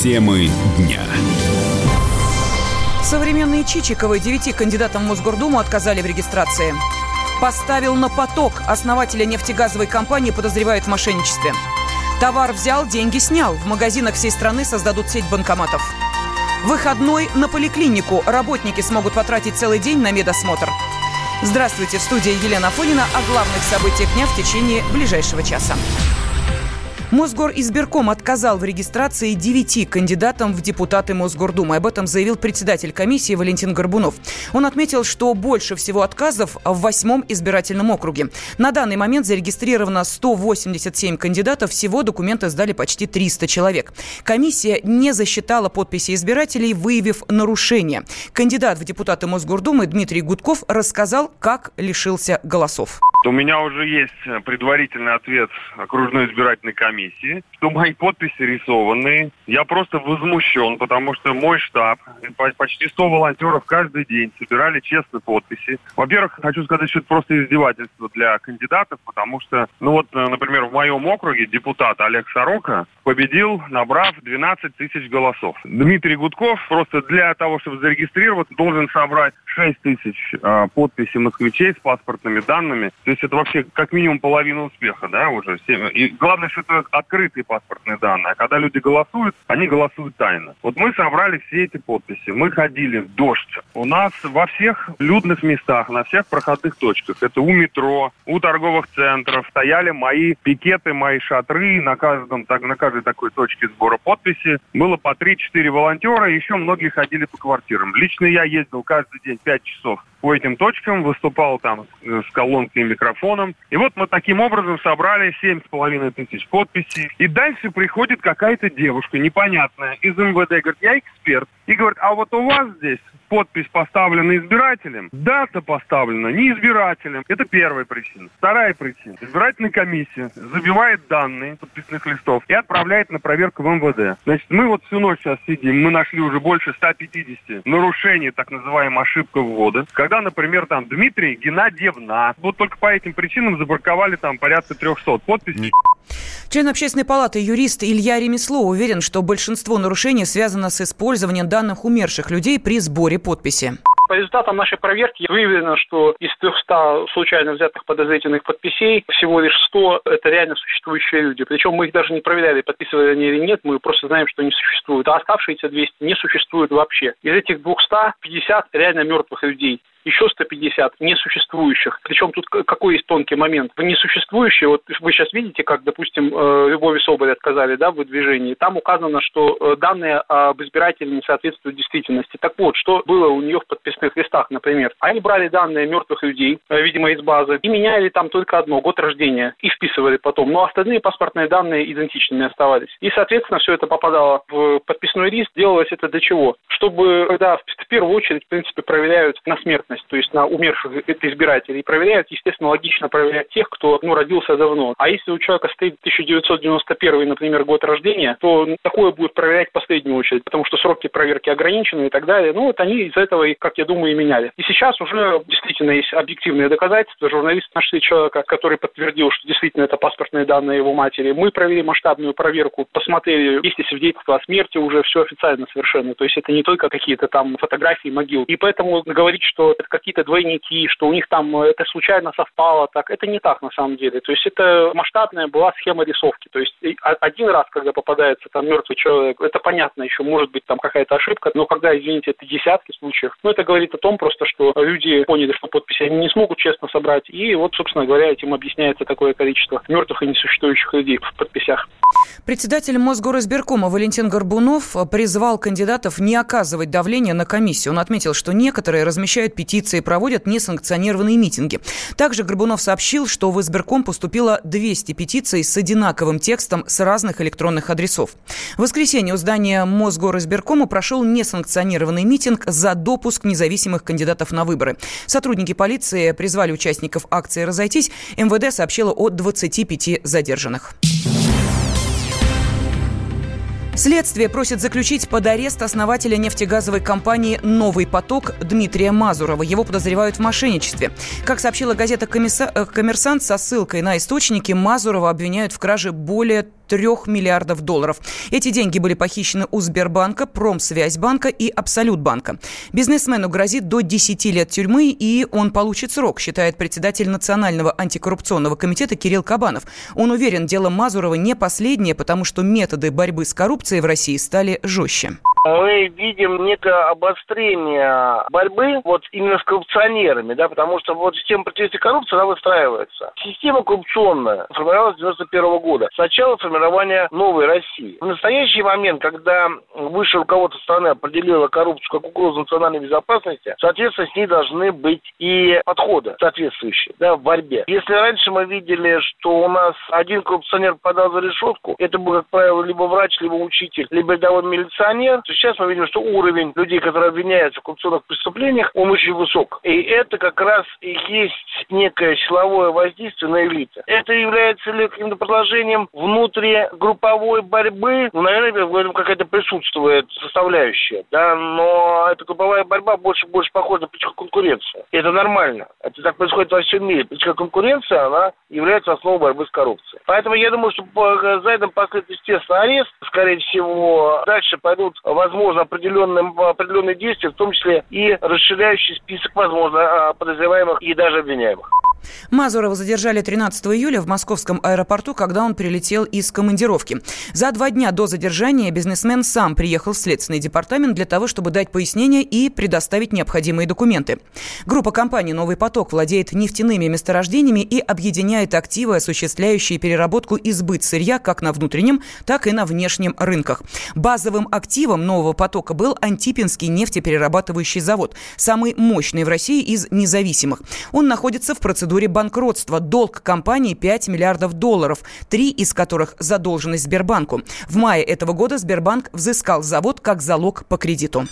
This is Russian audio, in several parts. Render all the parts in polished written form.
Темы дня. Современные Чичиковы 9 кандидатам в Мосгордуму отказали в регистрации. Поставил на поток. Основателя нефтегазовой компании подозревают в мошенничестве. Товар взял, деньги снял. В магазинах всей страны создадут сеть банкоматов. Выходной на поликлинику. Работники смогут потратить целый день на медосмотр. Здравствуйте, в студии Елена Афонина о главных событиях дня в течение ближайшего часа. Мосгоризбирком отказал в регистрации 9 кандидатам в депутаты Мосгордумы. Об этом заявил председатель комиссии Валентин Горбунов. Он отметил, что больше всего отказов в 8-м избирательном округе. На данный момент зарегистрировано 187 кандидатов. Всего документы сдали почти 300 человек. Комиссия не засчитала подписи избирателей, выявив нарушения. Кандидат в депутаты Мосгордумы Дмитрий Гудков рассказал, как лишился голосов. У меня уже есть предварительный ответ окружной избирательной комиссии, что мои подписи рисованные. Я просто возмущен, потому что мой штаб, почти 100 волонтеров каждый день собирали честно подписи. Во-первых, хочу сказать, что это просто издевательство для кандидатов, потому что, например, в моем округе депутат Олег Сорока победил, набрав 12 тысяч голосов. Дмитрий Гудков просто для того, чтобы зарегистрироваться, должен собрать 6 тысяч подписей москвичей с паспортными данными. То есть это вообще как минимум половина успеха, да, уже. И главное, что это открытые паспортные данные. А когда люди голосуют, они голосуют тайно. Вот мы собрали все эти подписи. Мы ходили в дождь. У нас во всех людных местах, на всех проходных точках, это у метро, у торговых центров, стояли мои пикеты, мои шатры на каждой такой точке сбора подписи. Было по 3-4 волонтера, и еще многие ходили по квартирам. Лично я ездил каждый день 5 часов по этим точкам, выступал там с колонкой и микрофоном. И вот мы таким образом собрали 7,5 тысяч подписей. И дальше приходит какая-то девушка непонятная из МВД, говорит, я эксперт. И говорит, а вот у вас здесь подпись поставлена избирателем, дата поставлена не избирателем. Это первая причина. Вторая причина. Избирательная комиссия забивает данные подписных листов и отправляет на проверку в МВД. Значит, мы вот всю ночь сейчас сидим, мы нашли уже больше 150 нарушений, так называемой ошибка ввода. Когда, например, там Дмитрий Геннадьевна, вот только по этим причинам забраковали там порядка 300 подписей. Член Общественной палаты юрист Илья Ремесло уверен, что большинство нарушений связано с использованием данных умерших людей при сборе подписи. По результатам нашей проверки выявлено, что из 300 случайно взятых подозрительных подписей всего лишь 100 – это реально существующие люди. Причем мы их даже не проверяли, подписывали они или нет, мы просто знаем, что они существуют. А оставшиеся 200 не существуют вообще. Из этих 200 50 реально мертвых людей. Еще 150 несуществующих. Причем тут какой есть тонкий момент. В несуществующие, вот вы сейчас видите, как, допустим, Любови Соболь отказали, да, в выдвижении. Там указано, что данные об избирателе не соответствуют действительности. Так вот, что было у нее в подписных листах, например. Они брали данные мертвых людей, видимо, из базы, и меняли там только одно, год рождения, и вписывали потом. Но остальные паспортные данные идентичными оставались. И, соответственно, все это попадало в подписной лист. Делалось это для чего? Чтобы, когда в первую очередь, в принципе, проверяют на смертность, то есть на умерших избирателей. Проверяют, естественно, логично проверять тех, кто родился давно. А если у человека стоит 1991, например, год рождения, то такое будет проверять в последнюю очередь, потому что сроки проверки ограничены и так далее. Вот они из-за этого, как я думаю, и меняли. И сейчас уже действительно есть объективные доказательства. Журналисты нашли человека, который подтвердил, что действительно это паспортные данные его матери. Мы провели масштабную проверку, посмотрели, есть ли свидетельства о смерти, уже все официально совершенно. То есть это не только какие-то там фотографии могил. И поэтому говорить, что это какие-то двойники, что у них там это случайно совпало, так это не так на самом деле. То есть это масштабная была схема рисовки. То есть один раз, когда попадается там мертвый человек, это понятно, еще может быть там какая-то ошибка, но когда, извините, это десятки случаев, это говорит о том просто, что люди поняли, что подписи они не смогут честно собрать, и вот, собственно говоря, этим объясняется такое количество мертвых и несуществующих людей в подписях. Председатель Мосгоризбиркома Валентин Горбунов призвал кандидатов не оказывать давления на комиссию. Он отметил, что некоторые размещают петиции, проводят несанкционированные митинги. Также Горбунов сообщил, что в избирком поступило 200 петиций с одинаковым текстом с разных электронных адресов. В воскресенье у здания Мосгоризбиркома прошел несанкционированный митинг за допуск независимых кандидатов на выборы. Сотрудники полиции призвали участников акции разойтись. МВД сообщило о 25 задержанных. Следствие просит заключить под арест основателя нефтегазовой компании «Новый поток» Дмитрия Мазурова. Его подозревают в мошенничестве. Как сообщила газета «Коммерсант» со ссылкой на источники, Мазурова обвиняют в краже более 3 миллиардов долларов. Эти деньги были похищены у Сбербанка, Промсвязьбанка и Абсолютбанка. Бизнесмену грозит до 10 лет тюрьмы, и он получит срок, считает председатель Национального антикоррупционного комитета Кирилл Кабанов. Он уверен, дело Мазурова не последнее, потому что методы борьбы с коррупцией в России стали жестче. Мы видим некое обострение борьбы вот именно с коррупционерами, да, потому что вот система противодействия коррупции, она выстраивается. Система коррупционная формировалась с 1991 года, с начала формирования новой России. В настоящий момент, когда высшее руководство страны определило коррупцию как угрозу национальной безопасности, соответственно, с ней должны быть и подходы соответствующие, да, в борьбе. Если раньше мы видели, что у нас один коррупционер попадал за решетку, это был, как правило, либо врач, либо учитель, либо рядовой милиционер, сейчас мы видим, что уровень людей, которые обвиняются в коррупционных преступлениях, он очень высок. И это как раз и есть некое силовое воздействие на элиты. Это является ли каким-то продолжением внутригрупповой борьбы? Ну, наверное, в этом какая-то присутствует составляющая, да, но эта групповая борьба больше похожа на политическую конкуренцию. И это нормально. Это так происходит во всем мире. Политическая конкуренция, она является основой борьбы с коррупцией. Поэтому я думаю, что за этим последует, естественно, арест. Скорее всего, дальше пойдут, возможно, определенные действия, в том числе и расширяющий список, возможно, подозреваемых и даже обвиняемых. Мазурова задержали 13 июля в московском аэропорту, когда он прилетел из командировки. За 2 дня до задержания бизнесмен сам приехал в Следственный департамент для того, чтобы дать пояснения и предоставить необходимые документы. Группа компаний «Новый поток» владеет нефтяными месторождениями и объединяет активы, осуществляющие переработку и сбыт сырья как на внутреннем, так и на внешнем рынках. Базовым активом «Нового потока» был Антипинский нефтеперерабатывающий завод, самый мощный в России из независимых. Он находится в процедуре банкротства. Долг компании 5 миллиардов долларов, 3 из которых задолженность Сбербанку. В мае этого года Сбербанк взыскал завод как залог по кредиту.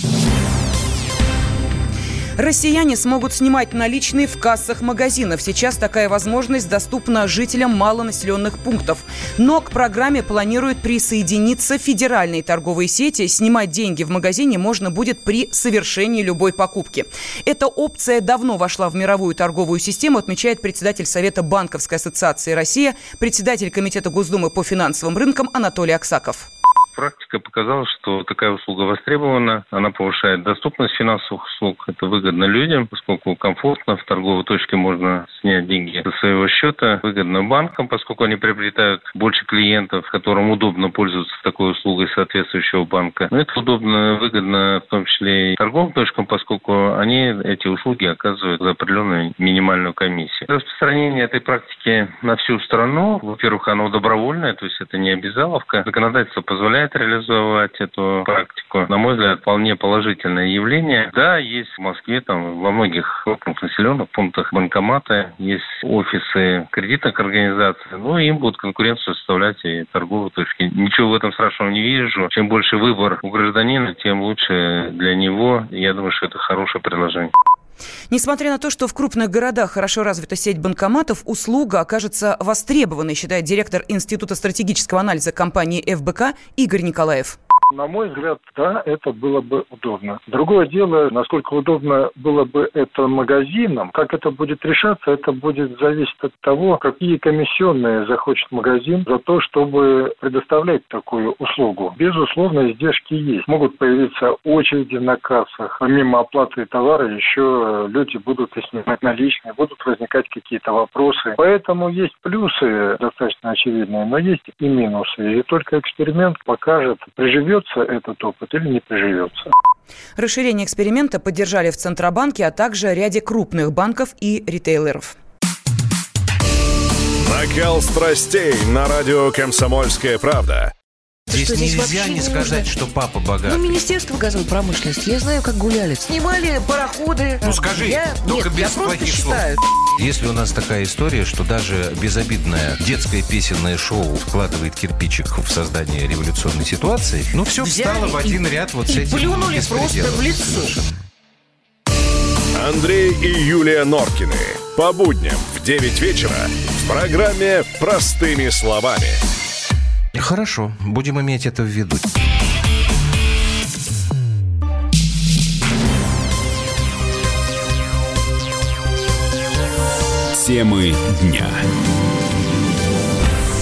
Россияне смогут снимать наличные в кассах магазинов. Сейчас такая возможность доступна жителям малонаселенных пунктов. Но к программе планируют присоединиться федеральные торговые сети. Снимать деньги в магазине можно будет при совершении любой покупки. Эта опция давно вошла в мировую торговую систему, отмечает председатель Совета Банковской ассоциации России, председатель Комитета Госдумы по финансовым рынкам Анатолий Аксаков. Практика показала, что такая услуга востребована, она повышает доступность финансовых услуг, это выгодно людям, поскольку комфортно, в торговой точке можно снять деньги со своего счета, выгодно банкам, поскольку они приобретают больше клиентов, которым удобно пользоваться такой услугой соответствующего банка. Но это удобно, выгодно в том числе и торговым точкам, поскольку они эти услуги оказывают за определенную минимальную комиссию. Распространение этой практики на всю страну, во-первых, оно добровольное, то есть это не обязаловка. Законодательство позволяет реализовать эту практику. На мой взгляд, вполне положительное явление. Да, есть в Москве, там, во многих крупных населенных пунктах банкоматы, есть офисы кредитных организаций, но им будут конкуренцию составлять и торговые точки. Ничего в этом страшного не вижу. Чем больше выбор у гражданина, тем лучше для него. Я думаю, что это хорошее предложение. Несмотря на то, что в крупных городах хорошо развита сеть банкоматов, услуга окажется востребованной, считает директор Института стратегического анализа компании ФБК Игорь Николаев. На мой взгляд, да, это было бы удобно. Другое дело, насколько удобно было бы это магазинам, как это будет решаться, это будет зависеть от того, какие комиссионные захочет магазин за то, чтобы предоставлять такую услугу. Безусловно, издержки есть. Могут появиться очереди на кассах. Помимо оплаты товара еще люди будут и снимать наличные, будут возникать какие-то вопросы. Поэтому есть плюсы достаточно очевидные, но есть и минусы. И только эксперимент покажет, приживется этот опыт или не приживется. Расширение эксперимента поддержали в Центробанке, а также ряде крупных банков и ритейлеров. Накал страстей на радио «Комсомольская правда». Здесь нельзя не сказать, что папа богатый. Министерство газовой промышленности, я знаю, как гуляли. Снимали пароходы. Ну скажи, только без плохих слов. Если у нас такая история, что даже безобидное детское песенное шоу вкладывает кирпичик в создание революционной ситуации, ну все встало в один ряд вот с этим. Плюнули просто в лицо. Андрей и Юлия Норкины. По будням в 9 вечера в программе «Простыми словами». Хорошо, будем иметь это в виду. Темы дня.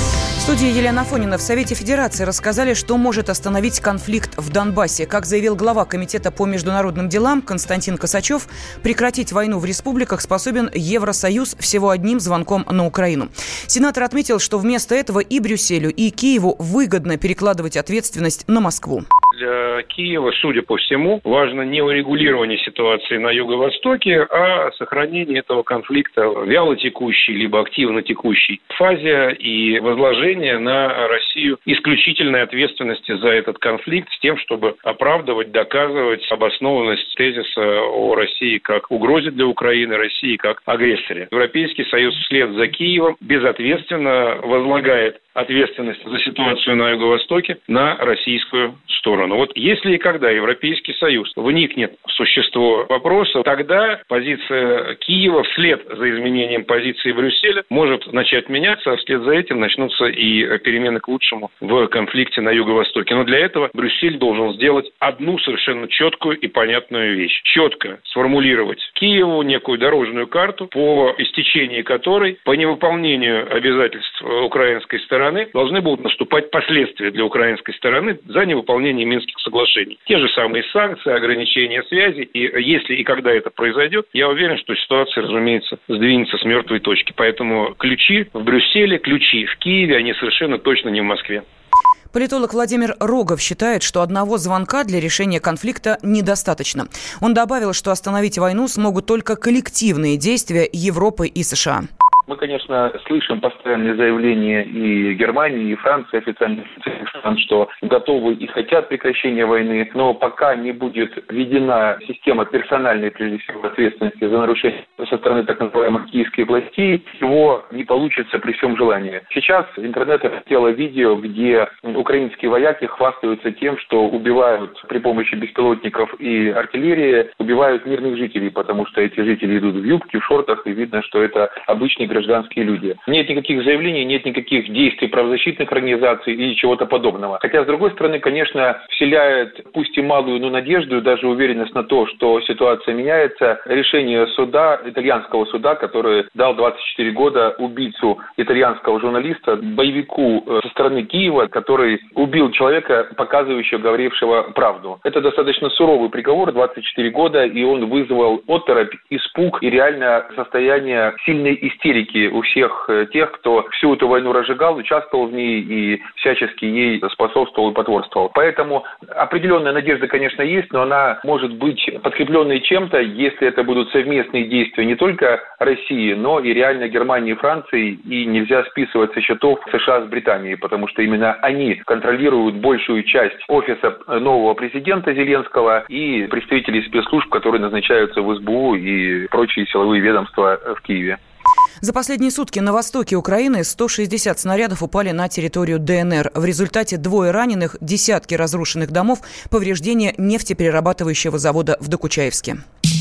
В студии Елена Афонина. В Совете Федерации рассказали, что может остановить конфликт в Донбассе. Как заявил глава Комитета по международным делам Константин Косачев, прекратить войну в республиках способен Евросоюз всего одним звонком на Украину. Сенатор отметил, что вместо этого и Брюсселю, и Киеву выгодно перекладывать ответственность на Москву. Для Киева, судя по всему, важно не урегулирование ситуации на юго-востоке, а сохранение этого конфликта в вялотекущей либо активно текущей фазе и возложение на Россию исключительной ответственности за этот конфликт с тем, чтобы оправдывать, доказывать обоснованность тезиса о России как угрозе для Украины, России как агрессоре. Европейский Союз вслед за Киевом безответственно возлагает ответственность за ситуацию на Юго-Востоке на российскую сторону. Вот если и когда Европейский Союз вникнет в существо вопроса, тогда позиция Киева вслед за изменением позиции Брюсселя может начать меняться, а вслед за этим начнутся и перемены к лучшему в конфликте на Юго-Востоке. Но для этого Брюссель должен сделать одну совершенно четкую и понятную вещь. Четко сформулировать Киеву некую дорожную карту, по истечении которой, по невыполнению обязательств украинской стороны, должны будут наступать последствия для украинской стороны за невыполнение Минских соглашений. Те же самые санкции, ограничения связи. И если и когда это произойдет, я уверен, что ситуация, разумеется, сдвинется с мертвой точки. Поэтому ключи в Брюсселе, ключи в Киеве, они совершенно точно не в Москве. Политолог Владимир Рогов считает, что одного звонка для решения конфликта недостаточно. Он добавил, что остановить войну смогут только коллективные действия Европы и США. Мы, конечно, слышим постоянные заявления и Германии, и Франции, официальных стран, что готовы и хотят прекращения войны, но пока не будет введена система персональной, прежде всего, ответственности за нарушение со стороны так называемых киевских властей, его не получится при всем желании. Сейчас интернет раздело видео, где украинские вояки хвастаются тем, что убивают при помощи беспилотников и артиллерии, убивают мирных жителей, потому что эти жители идут в юбке, в шортах, и видно, что это обычные гражданские люди. Нет никаких заявлений, нет никаких действий правозащитных организаций или чего-то подобного. Хотя, с другой стороны, конечно, вселяет, пусть и малую, но надежду, и даже уверенность на то, что ситуация меняется, решение суда, итальянского суда, который дал 24 года убийцу итальянского журналиста, боевику со стороны Киева, который убил человека, показывающего, говорившего правду. Это достаточно суровый приговор, 24 года, и он вызвал оторопь, испуг и реально состояние сильной истерики у всех тех, кто всю эту войну разжигал, участвовал в ней и всячески ей способствовал и потворствовал. Поэтому определенная надежда, конечно, есть, но она может быть подкрепленной чем-то, если это будут совместные действия не только России, но и реально Германии и Франции, и нельзя списывать со счетов США с Британией, потому что именно они контролируют большую часть офиса нового президента Зеленского и представителей спецслужб, которые назначаются в СБУ и прочие силовые ведомства в Киеве. За последние сутки на востоке Украины 160 снарядов упали на территорию ДНР. В результате 2 раненых, десятки разрушенных домов, повреждения нефтеперерабатывающего завода в Докучаевске.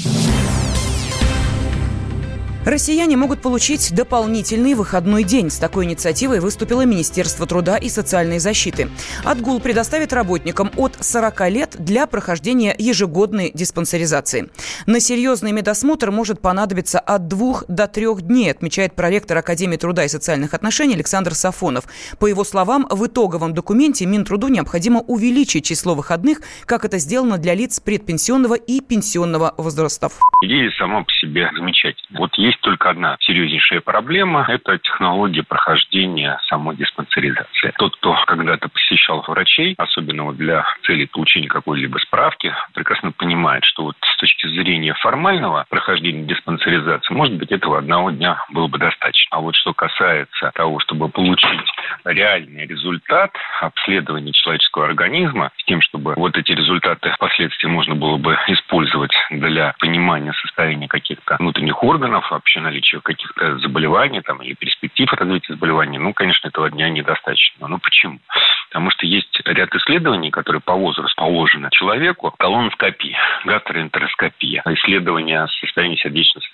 Россияне могут получить дополнительный выходной день. С такой инициативой выступило Министерство труда и социальной защиты. Отгул предоставит работникам от 40 лет для прохождения ежегодной диспансеризации. На серьезный медосмотр может понадобиться от 2 до 3 дней, отмечает проректор Академии труда и социальных отношений Александр Сафонов. По его словам, в итоговом документе Минтруду необходимо увеличить число выходных, как это сделано для лиц предпенсионного и пенсионного возрастов. Идея сама по себе замечательная. Вот есть только одна серьезнейшая проблема – это технология прохождения самой диспансеризации. Тот, кто когда-то посещал врачей, особенно вот для целей получения какой-либо справки, прекрасно понимает, что вот с точки зрения формального прохождения диспансеризации, может быть, этого одного дня было бы достаточно. А вот что касается того, чтобы получить реальный результат обследования человеческого организма, с тем, чтобы вот эти результаты впоследствии можно было бы использовать для понимания состояния каких-то внутренних органов, вообще наличия каких-то заболеваний там, или перспектив развития заболеваний, конечно, этого дня недостаточно. Почему? Потому что есть ряд исследований, которые по возрасту положены человеку. Колоноскопия, гастроэнтероскопия, исследования состояния сердечно-сосудистой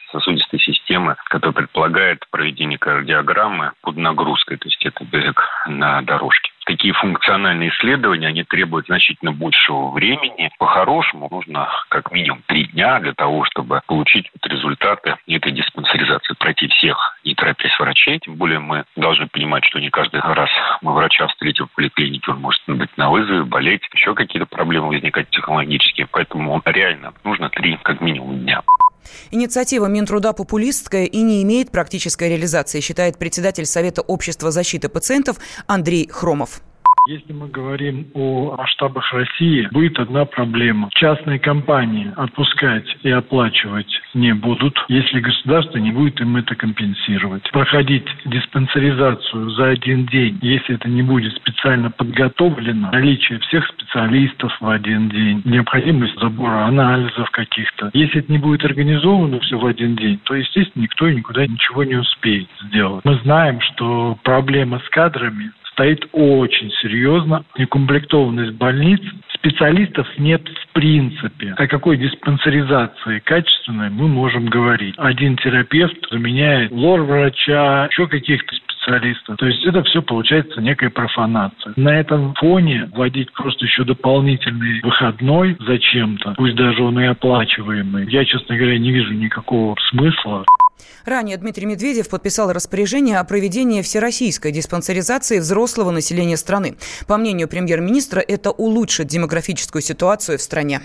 сердечно-сосудистой системы, которая предполагает проведение кардиограммы под нагрузкой, то есть это бег на дорожке. Такие функциональные исследования, они требуют значительно большего времени. По-хорошему, нужно как минимум 3 дня для того, чтобы получить результаты этой диспансеризации. Пройти всех, не торопясь, врачей. Тем более мы должны понимать, что не каждый раз мы врача встретим в поликлинике. Он может быть на вызове, болеть, еще какие-то проблемы возникать психологические. Поэтому реально нужно 3 как минимум дня. Инициатива Минтруда популистская и не имеет практической реализации, считает председатель Совета общества защиты пациентов Андрей Хромов. Если мы говорим о масштабах России, будет одна проблема. Частные компании отпускать и оплачивать не будут, если государство не будет им это компенсировать. Проходить диспансеризацию за один день, если это не будет специально подготовлено, наличие всех специалистов в один день, необходимость забора анализов каких-то. Если это не будет организовано все в один день, то, естественно, никто и никуда ничего не успеет сделать. Мы знаем, что проблема с кадрами стоит очень серьезно. Некомплектованность больниц, специалистов нет в принципе. О какой диспансеризации качественной мы можем говорить? Один терапевт заменяет лор-врача, еще каких-то специалистов. То есть это все получается некая профанация. На этом фоне вводить просто еще дополнительный выходной зачем-то, пусть даже он и оплачиваемый, я, честно говоря, не вижу никакого смысла. Ранее Дмитрий Медведев подписал распоряжение о проведении всероссийской диспансеризации взрослого населения страны. По мнению премьер-министра, это улучшит демографическую ситуацию в стране.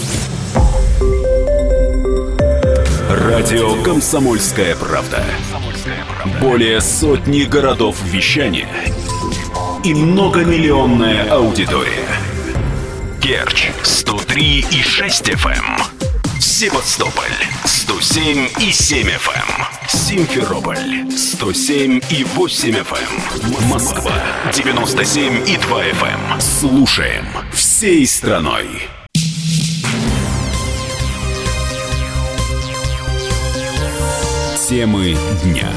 Радио «Комсомольская правда». Более сотни городов вещания и многомиллионная аудитория. Керчь 103,6 FM. Севастополь 107,7 FM. Симферополь 107,8 FM. Москва 97,2 FM. Слушаем всей страной. Темы дня.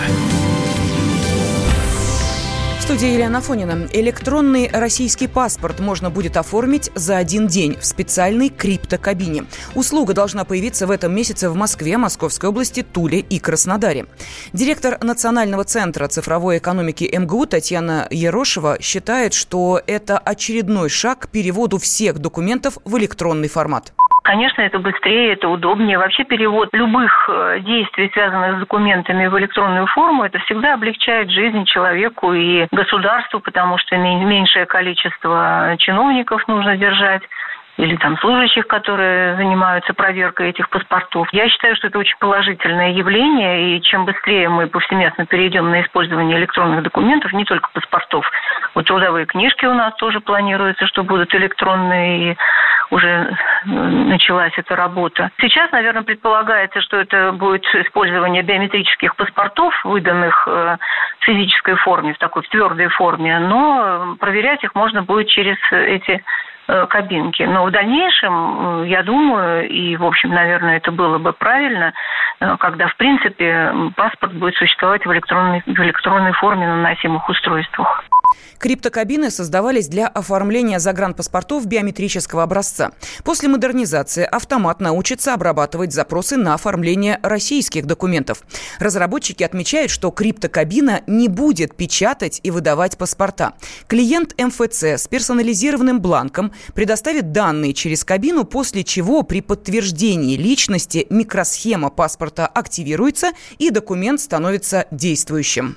В студии Елена Афонина. Электронный российский паспорт можно будет оформить за один день в специальной криптокабине. Услуга должна появиться в этом месяце в Москве, Московской области, Туле и Краснодаре. Директор Национального центра цифровой экономики МГУ Татьяна Ерошева считает, что это очередной шаг к переводу всех документов в электронный формат. Конечно, это быстрее, это удобнее. Вообще перевод любых действий, связанных с документами, в электронную форму, это всегда облегчает жизнь человеку и государству, потому что меньшее количество чиновников нужно держать, или там служащих, которые занимаются проверкой этих паспортов. Я считаю, что это очень положительное явление, и чем быстрее мы повсеместно перейдем на использование электронных документов, не только паспортов. Вот трудовые книжки у нас тоже планируется, что будут электронные, и уже началась эта работа. Сейчас, наверное, предполагается, что это будет использование биометрических паспортов, выданных в физической форме, в твердой форме, но проверять их можно будет через эти кабинки. Но в дальнейшем, я думаю, и, в общем, наверное, это было бы правильно, когда, в принципе, паспорт будет существовать в электронной форме на носимых устройствах. Криптокабины создавались для оформления загранпаспортов биометрического образца. После модернизации автомат научится обрабатывать запросы на оформление российских документов. Разработчики отмечают, что криптокабина не будет печатать и выдавать паспорта. Клиент МФЦ с персонализированным бланком предоставит данные через кабину, после чего при подтверждении личности микросхема паспорта активируется и документ становится действующим.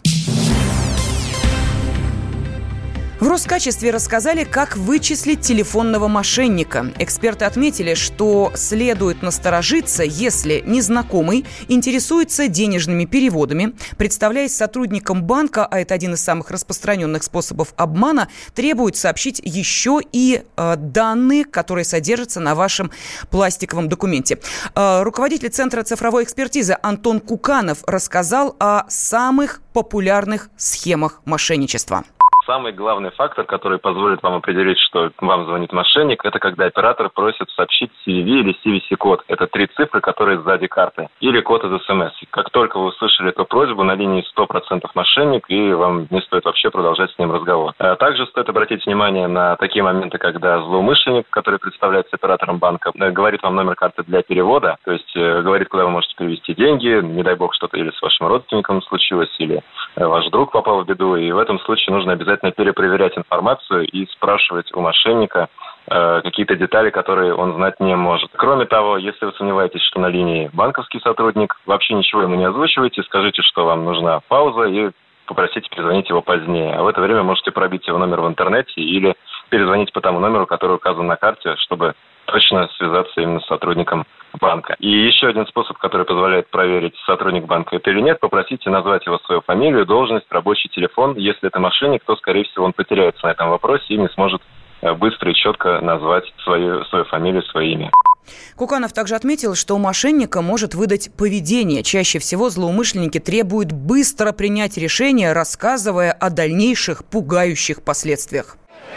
В Роскачестве рассказали, как вычислить телефонного мошенника. Эксперты отметили, что следует насторожиться, если незнакомый интересуется денежными переводами, представляясь сотрудником банка, а это один из самых распространенных способов обмана, требует сообщить еще и данные, которые содержатся на вашем пластиковом документе. Руководитель Центра цифровой экспертизы Антон Куканов рассказал о самых популярных схемах мошенничества. Самый главный фактор, который позволит вам определить, что вам звонит мошенник, это когда оператор просит сообщить CVV или CVC-код. Это 3 цифры, которые сзади карты. Или код из СМС. Как только вы услышали эту просьбу, на линии 100% мошенник, и вам не стоит вообще продолжать с ним разговор. Также стоит обратить внимание на такие моменты, когда злоумышленник, который представляется оператором банка, говорит вам номер карты для перевода, то есть говорит, куда вы можете перевести деньги, не дай бог что-то или с вашим родственником случилось, или ваш друг попал в беду, и в этом случае нужно обязательно перепроверять информацию и спрашивать у мошенника какие-то детали, которые он знать не может. Кроме того, если вы сомневаетесь, что на линии банковский сотрудник, вообще ничего ему не озвучивайте, скажите, что вам нужна пауза и попросите перезвонить его позднее. А в это время можете пробить его номер в интернете или перезвонить по тому номеру, который указан на карте, чтобы точно связаться именно с сотрудником банка. И еще один способ, который позволяет проверить, сотрудник банка это или нет, попросите назвать его свою фамилию, должность, рабочий телефон. Если это мошенник, то, скорее всего, он потеряется на этом вопросе и не сможет быстро и четко назвать свою фамилию, свое имя. Куканов также отметил, что мошенника может выдать поведение. Чаще всего злоумышленники требуют быстро принять решение, рассказывая о дальнейших пугающих последствиях.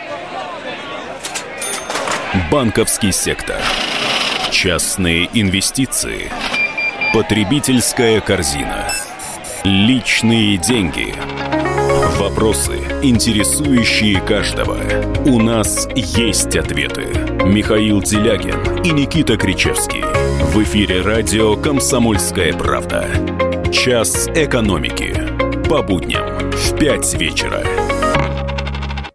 Банковский сектор. Частные инвестиции. Потребительская корзина. Личные деньги. Вопросы, интересующие каждого. У нас есть ответы. Михаил Делягин и Никита Кричевский. В эфире радио «Комсомольская правда». Час экономики. По будням в 5 вечера.